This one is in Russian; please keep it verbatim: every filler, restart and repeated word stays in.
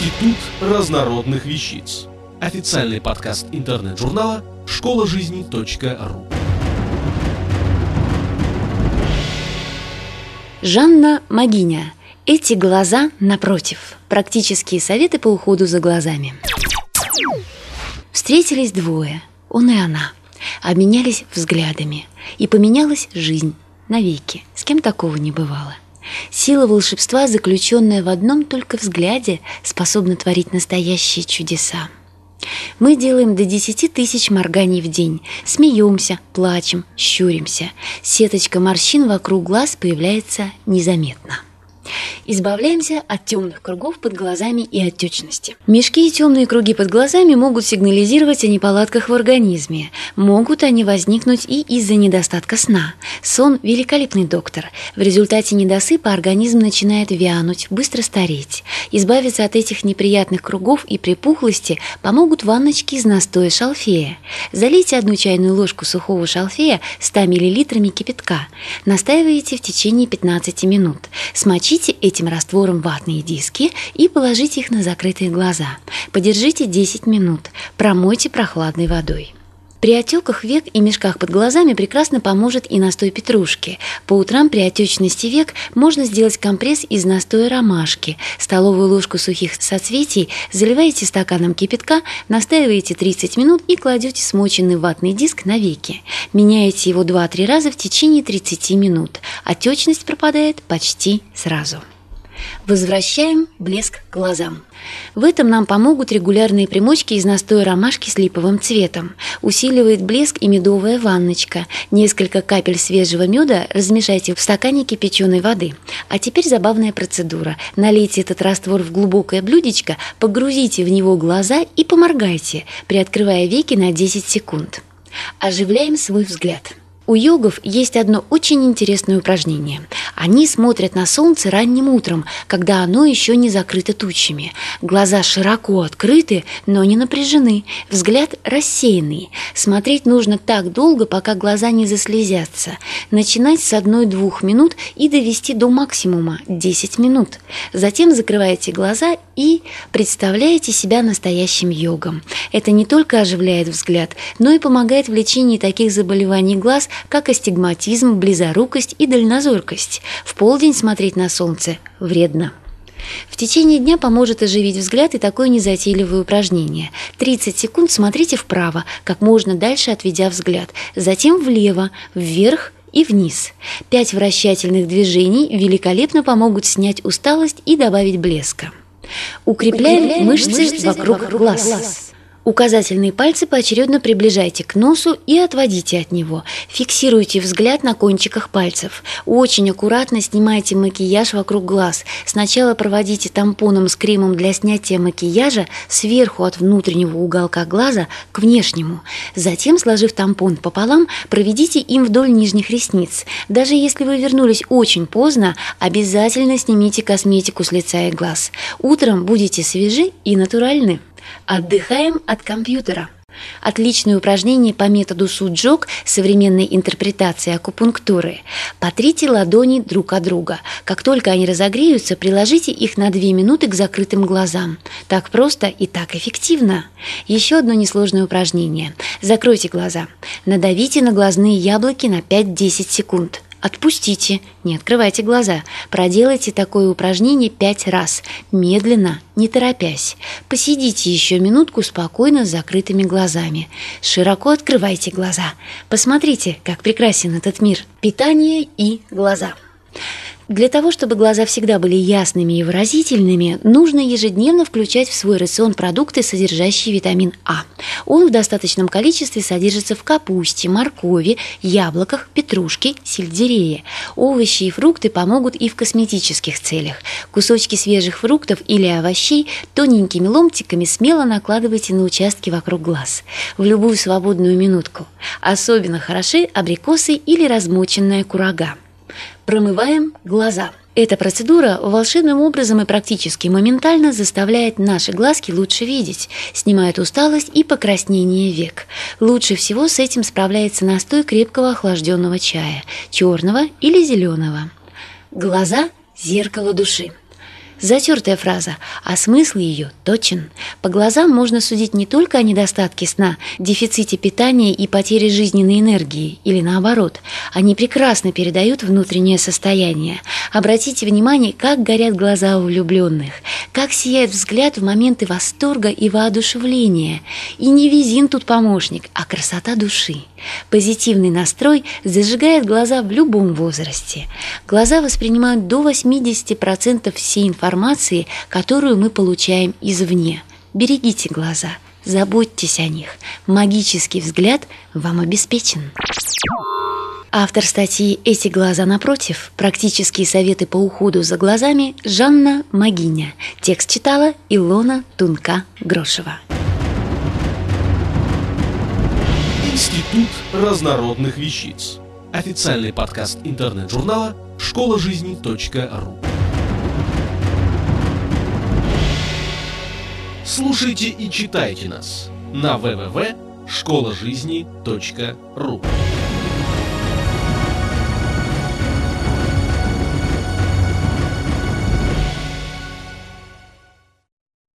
Институт разнородных вещиц. Официальный подкаст интернет-журнала школа жизни точка ру. Жанна Магиня. Эти глаза напротив. Практические советы по уходу за глазами. Встретились двое, он и она. Обменялись взглядами. И поменялась жизнь навеки. С кем такого не бывало. Сила волшебства, заключенная в одном только взгляде, способна творить настоящие чудеса. Мы делаем до десяти тысяч морганий в день. Смеемся, плачем, щуримся. Сеточка морщин вокруг глаз появляется незаметно. Избавляемся от темных кругов под глазами и отечности. Мешки и темные круги под глазами могут сигнализировать о неполадках в организме. Могут они возникнуть и из-за недостатка сна. Сон – великолепный доктор. В результате недосыпа организм начинает вянуть, быстро стареть. Избавиться от этих неприятных кругов и припухлости помогут ванночки из настоя шалфея. Залейте одну чайную ложку сухого шалфея ста миллилитрами кипятка. Настаивайте в течение пятнадцати минут. Смочите этим раствором ватные диски и положите их на закрытые глаза. Подержите десять минут. Промойте прохладной водой. При отеках век и мешках под глазами прекрасно поможет и настой петрушки. По утрам при отечности век можно сделать компресс из настоя ромашки. Столовую ложку сухих соцветий заливаете стаканом кипятка, настаиваете тридцать минут и кладете смоченный ватный диск на веки. Меняете его два-три раза в течение тридцати минут. Отечность пропадает почти сразу. Возвращаем блеск к глазам. В этом нам помогут регулярные примочки из настоя ромашки с липовым цветом. Усиливает блеск и медовая ванночка. Несколько капель свежего меда размешайте в стакане кипяченой воды. А теперь забавная процедура. Налейте этот раствор в глубокое блюдечко, погрузите в него глаза и поморгайте, приоткрывая веки на десять секунд. Оживляем свой взгляд. У йогов есть одно очень интересное упражнение. Они смотрят на солнце ранним утром, когда оно еще не закрыто тучами. Глаза широко открыты, но не напряжены. Взгляд рассеянный. Смотреть нужно так долго, пока глаза не заслезятся. Начинать с одной-двух минут и довести до максимума десять минут. Затем закрываете глаза и представляете себя настоящим йогом. Это не только оживляет взгляд, но и помогает в лечении таких заболеваний глаз, как астигматизм, близорукость и дальнозоркость. В полдень смотреть на солнце вредно. В течение дня поможет оживить взгляд и такое незатейливое упражнение. тридцать секунд смотрите вправо, как можно дальше отведя взгляд, затем влево, вверх и вниз. Пять вращательных движений великолепно помогут снять усталость и добавить блеска. Укрепляем, Укрепляем мышцы, мышцы вокруг, вокруг глаз. глаз. Указательные пальцы поочередно приближайте к носу и отводите от него. Фиксируйте взгляд на кончиках пальцев. Очень аккуратно снимайте макияж вокруг глаз. Сначала проводите тампоном с кремом для снятия макияжа сверху от внутреннего уголка глаза к внешнему. Затем, сложив тампон пополам, проведите им вдоль нижних ресниц. Даже если вы вернулись очень поздно, обязательно снимите косметику с лица и глаз. Утром будете свежи и натуральны. Отдыхаем от компьютера. Отличное упражнение по методу суджок современной интерпретации акупунктуры. Потрите ладони друг от друга. Как только они разогреются, приложите их на две минуты к закрытым глазам. Так просто и так эффективно. Еще одно несложное упражнение. Закройте глаза. Надавите на глазные яблоки на пять-десять секунд. Отпустите, не открывайте глаза. Проделайте такое упражнение пять раз, медленно, не торопясь. Посидите еще минутку спокойно с закрытыми глазами. Широко открывайте глаза. Посмотрите, как прекрасен этот мир. Питание и глаза. Для того, чтобы глаза всегда были ясными и выразительными, нужно ежедневно включать в свой рацион продукты, содержащие витамин А. Он в достаточном количестве содержится в капусте, моркови, яблоках, петрушке, сельдерее. Овощи и фрукты помогут и в косметических целях. Кусочки свежих фруктов или овощей тоненькими ломтиками смело накладывайте на участки вокруг глаз в любую свободную минутку. Особенно хороши абрикосы или размоченная курага. Промываем глаза. Эта процедура волшебным образом и практически моментально заставляет наши глазки лучше видеть, снимает усталость и покраснение век. Лучше всего с этим справляется настой крепкого охлажденного чая, черного или зеленого. Глаза – зеркало души. Затертая фраза, а смысл ее точен. По глазам можно судить не только о недостатке сна, дефиците питания и потере жизненной энергии, или наоборот. Они прекрасно передают внутреннее состояние. Обратите внимание, как горят глаза у влюбленных, как сияет взгляд в моменты восторга и воодушевления. И не визин тут помощник, а красота души. Позитивный настрой зажигает глаза в любом возрасте. Глаза воспринимают до восемьдесят процентов всей информации, которую мы получаем извне. Берегите глаза, заботьтесь о них. Магический взгляд вам обеспечен. Автор статьи «Эти глаза напротив. Практические советы по уходу за глазами» Жанна Магиня. Текст читала Илона Тунка-Грошева. Институт разнородных вещиц. Официальный подкаст интернет-журнала школа жизни точка ру. Слушайте и читайте нас на дабл ю дабл ю дабл ю точка школа жизни точка ру.